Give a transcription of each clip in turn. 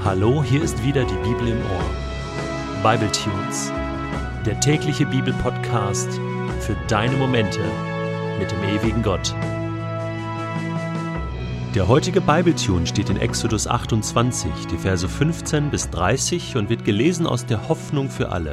Hallo, hier ist wieder die Bibel im Ohr. Bible Tunes, der tägliche Bibelpodcast für deine Momente mit dem ewigen Gott. Der heutige Bible Tune steht in Exodus 28, die Verse 15 bis 30 und wird gelesen aus der Hoffnung für alle.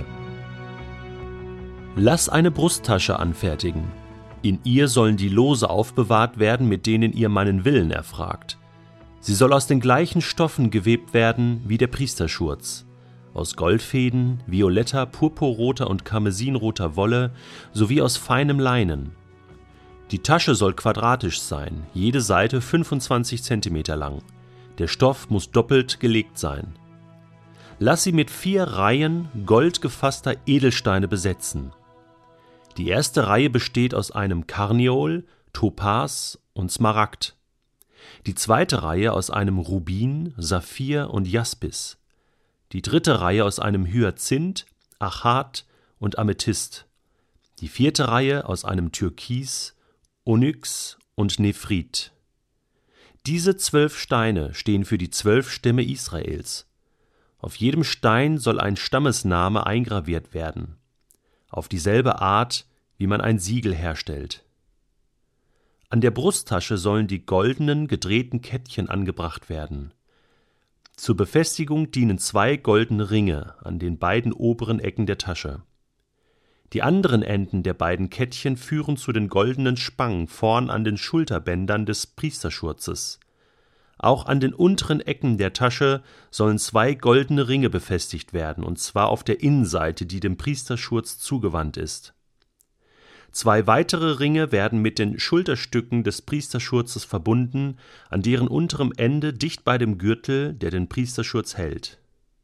Lass eine Brusttasche anfertigen. In ihr sollen die Lose aufbewahrt werden, mit denen ihr meinen Willen erfragt. Sie soll aus den gleichen Stoffen gewebt werden wie der Priesterschurz, aus Goldfäden, violetter, purpurroter und karmesinroter Wolle sowie aus feinem Leinen. Die Tasche soll quadratisch sein, jede Seite 25 cm lang. Der Stoff muss doppelt gelegt sein. Lass sie mit 4 Reihen goldgefasster Edelsteine besetzen. Die erste Reihe besteht aus einem Karneol, Topas und Smaragd. Die zweite Reihe aus einem Rubin, Saphir und Jaspis. Die dritte Reihe aus einem Hyazinth, Achat und Amethyst. Die vierte Reihe aus einem Türkis, Onyx und Nephrit. Diese 12 Steine stehen für die 12 Stämme Israels. Auf jedem Stein soll ein Stammesname eingraviert werden, auf dieselbe Art, wie man ein Siegel herstellt. An der Brusttasche sollen die goldenen, gedrehten Kettchen angebracht werden. Zur Befestigung dienen 2 goldene Ringe an den beiden oberen Ecken der Tasche. Die anderen Enden der beiden Kettchen führen zu den goldenen Spangen vorn an den Schulterbändern des Priesterschurzes. Auch an den unteren Ecken der Tasche sollen 2 goldene Ringe befestigt werden, und zwar auf der Innenseite, die dem Priesterschurz zugewandt ist. 2 weitere Ringe werden mit den Schulterstücken des Priesterschurzes verbunden, an deren unterem Ende dicht bei dem Gürtel, der den Priesterschurz hält.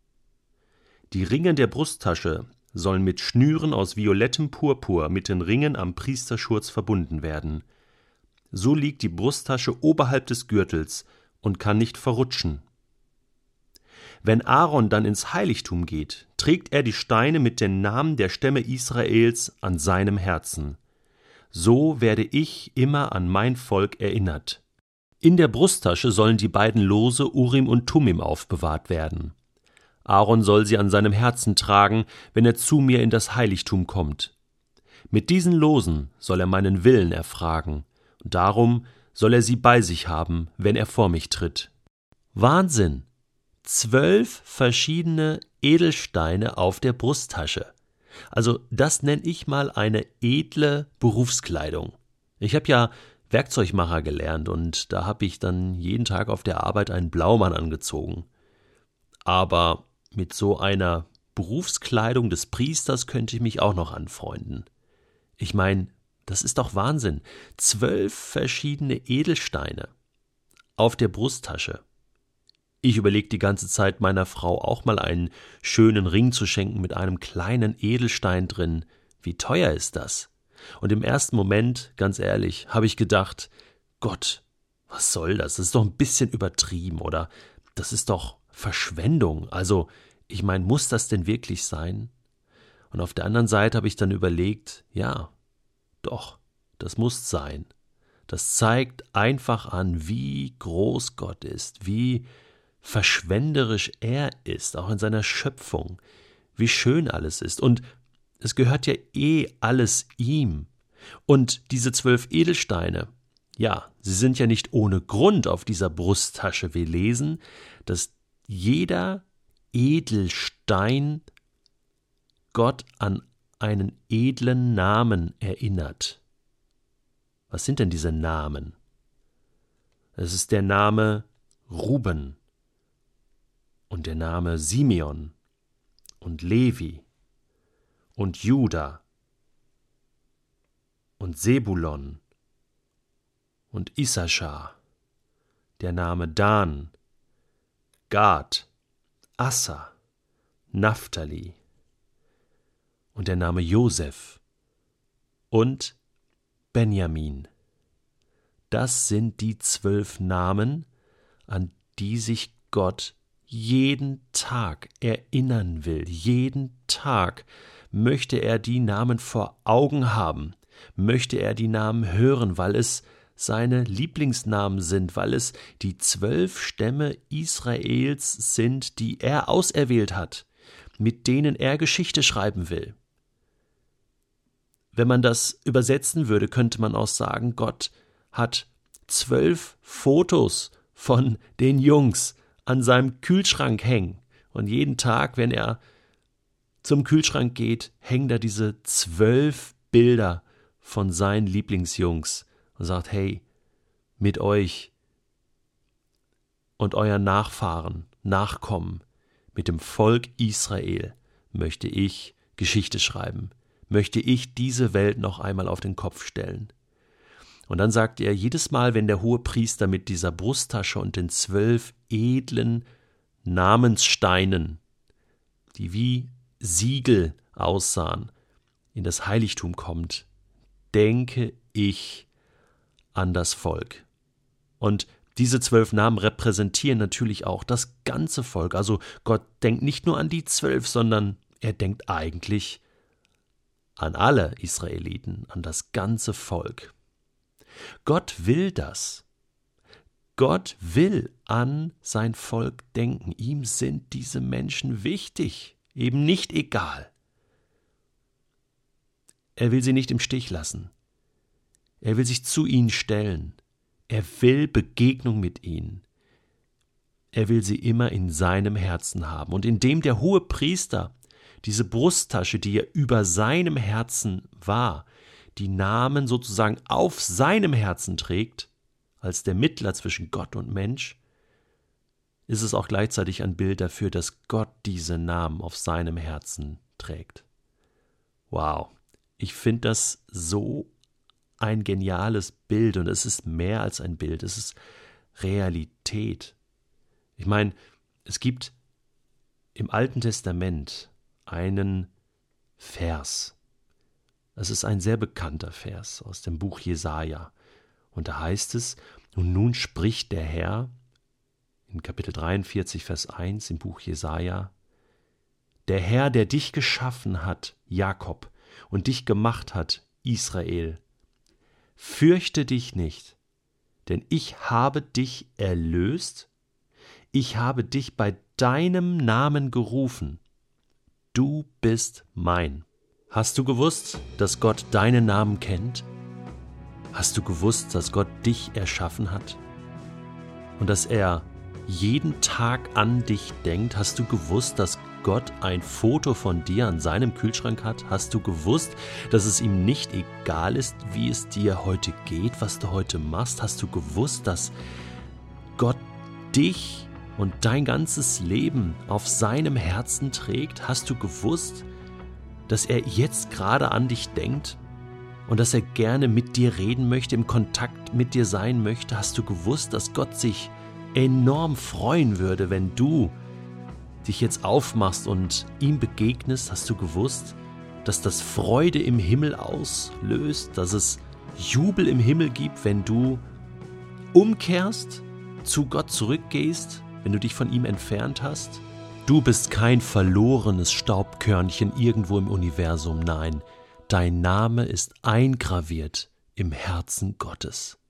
Die Ringe der Brusttasche sollen mit Schnüren aus violettem Purpur mit den Ringen am Priesterschurz verbunden werden. So liegt die Brusttasche oberhalb des Gürtels und kann nicht verrutschen. Wenn Aaron dann ins Heiligtum geht, trägt er die Steine mit den Namen der Stämme Israels an seinem Herzen. So werde ich immer an mein Volk erinnert. In der Brusttasche sollen die beiden Lose Urim und Tumim aufbewahrt werden. Aaron soll sie an seinem Herzen tragen, wenn er zu mir in das Heiligtum kommt. Mit diesen Losen soll er meinen Willen erfragen, und darum soll er sie bei sich haben, wenn er vor mich tritt. Wahnsinn! 12 verschiedene Edelsteine auf der Brusttasche. Also das nenne ich mal eine edle Berufskleidung. Ich habe ja Werkzeugmacher gelernt und da habe ich dann jeden Tag auf der Arbeit einen Blaumann angezogen. Aber mit so einer Berufskleidung des Priesters könnte ich mich auch noch anfreunden. Ich meine, das ist doch Wahnsinn. 12 verschiedene Edelsteine auf der Brusttasche. Ich überlege die ganze Zeit, meiner Frau auch mal einen schönen Ring zu schenken mit einem kleinen Edelstein drin. Wie teuer ist das? Und im ersten Moment, ganz ehrlich, habe ich gedacht, Gott, was soll das? Das ist doch ein bisschen übertrieben, oder? Das ist doch Verschwendung. Also, ich meine, muss das denn wirklich sein? Und auf der anderen Seite habe ich dann überlegt, ja, doch, das muss sein. Das zeigt einfach an, wie groß Gott ist, wie verschwenderisch er ist, auch in seiner Schöpfung, wie schön alles ist. Und es gehört ja alles ihm. Und diese 12 Edelsteine, ja, sie sind ja nicht ohne Grund auf dieser Brusttasche. Wir lesen, dass jeder Edelstein Gott an einen edlen Namen erinnert. Was sind denn diese Namen? Es ist der Name Ruben und der Name Simeon und Levi und Juda und Sebulon und Issachar, der Name Dan, Gad, Asser, Naphtali und der Name Josef und Benjamin. Das sind die 12 Namen, an die sich Gott jeden Tag erinnern will. Jeden Tag möchte er die Namen vor Augen haben, möchte er die Namen hören, weil es seine Lieblingsnamen sind, weil es die 12 Stämme Israels sind, die er auserwählt hat, mit denen er Geschichte schreiben will. Wenn man das übersetzen würde, könnte man auch sagen, Gott hat 12 Fotos von den Jungs an seinem Kühlschrank hängen. Und jeden Tag, wenn er zum Kühlschrank geht, hängen da diese 12 Bilder von seinen Lieblingsjungs und sagt, hey, mit euch und euren Nachfahren, Nachkommen, mit dem Volk Israel möchte ich Geschichte schreiben, möchte ich diese Welt noch einmal auf den Kopf stellen. Und dann sagt er, jedes Mal, wenn der Hohepriester mit dieser Brusttasche und den 12 edlen Namenssteinen, die wie Siegel aussahen, in das Heiligtum kommt, denke ich an das Volk. Und diese 12 Namen repräsentieren natürlich auch das ganze Volk. Also Gott denkt nicht nur an die 12, sondern er denkt eigentlich an alle Israeliten, an das ganze Volk. Gott will das. Gott will an sein Volk denken. Ihm sind diese Menschen wichtig, eben nicht egal. Er will sie nicht im Stich lassen. Er will sich zu ihnen stellen. Er will Begegnung mit ihnen. Er will sie immer in seinem Herzen haben. Und indem der Hohepriester diese Brusttasche, die ja über seinem Herzen war, die Namen sozusagen auf seinem Herzen trägt, als der Mittler zwischen Gott und Mensch, ist es auch gleichzeitig ein Bild dafür, dass Gott diese Namen auf seinem Herzen trägt. Wow, ich finde das so ein geniales Bild und es ist mehr als ein Bild, es ist Realität. Ich meine, es gibt im Alten Testament einen Vers. Es ist ein sehr bekannter Vers aus dem Buch Jesaja. Und da heißt es, und nun spricht der Herr, in Kapitel 43, Vers 1 im Buch Jesaja, der Herr, der dich geschaffen hat, Jakob, und dich gemacht hat, Israel, fürchte dich nicht, denn ich habe dich erlöst, ich habe dich bei deinem Namen gerufen, du bist mein. Hast du gewusst, dass Gott deinen Namen kennt? Hast du gewusst, dass Gott dich erschaffen hat? Und dass er jeden Tag an dich denkt? Hast du gewusst, dass Gott ein Foto von dir an seinem Kühlschrank hat? Hast du gewusst, dass es ihm nicht egal ist, wie es dir heute geht, was du heute machst? Hast du gewusst, dass Gott dich und dein ganzes Leben auf seinem Herzen trägt? Hast du gewusst, dass er jetzt gerade an dich denkt und dass er gerne mit dir reden möchte, im Kontakt mit dir sein möchte? Hast du gewusst, dass Gott sich enorm freuen würde, wenn du dich jetzt aufmachst und ihm begegnest? Hast du gewusst, dass das Freude im Himmel auslöst, dass es Jubel im Himmel gibt, wenn du umkehrst, zu Gott zurückgehst, wenn du dich von ihm entfernt hast? Du bist kein verlorenes Staubkörnchen irgendwo im Universum, nein, dein Name ist eingraviert im Herzen Gottes.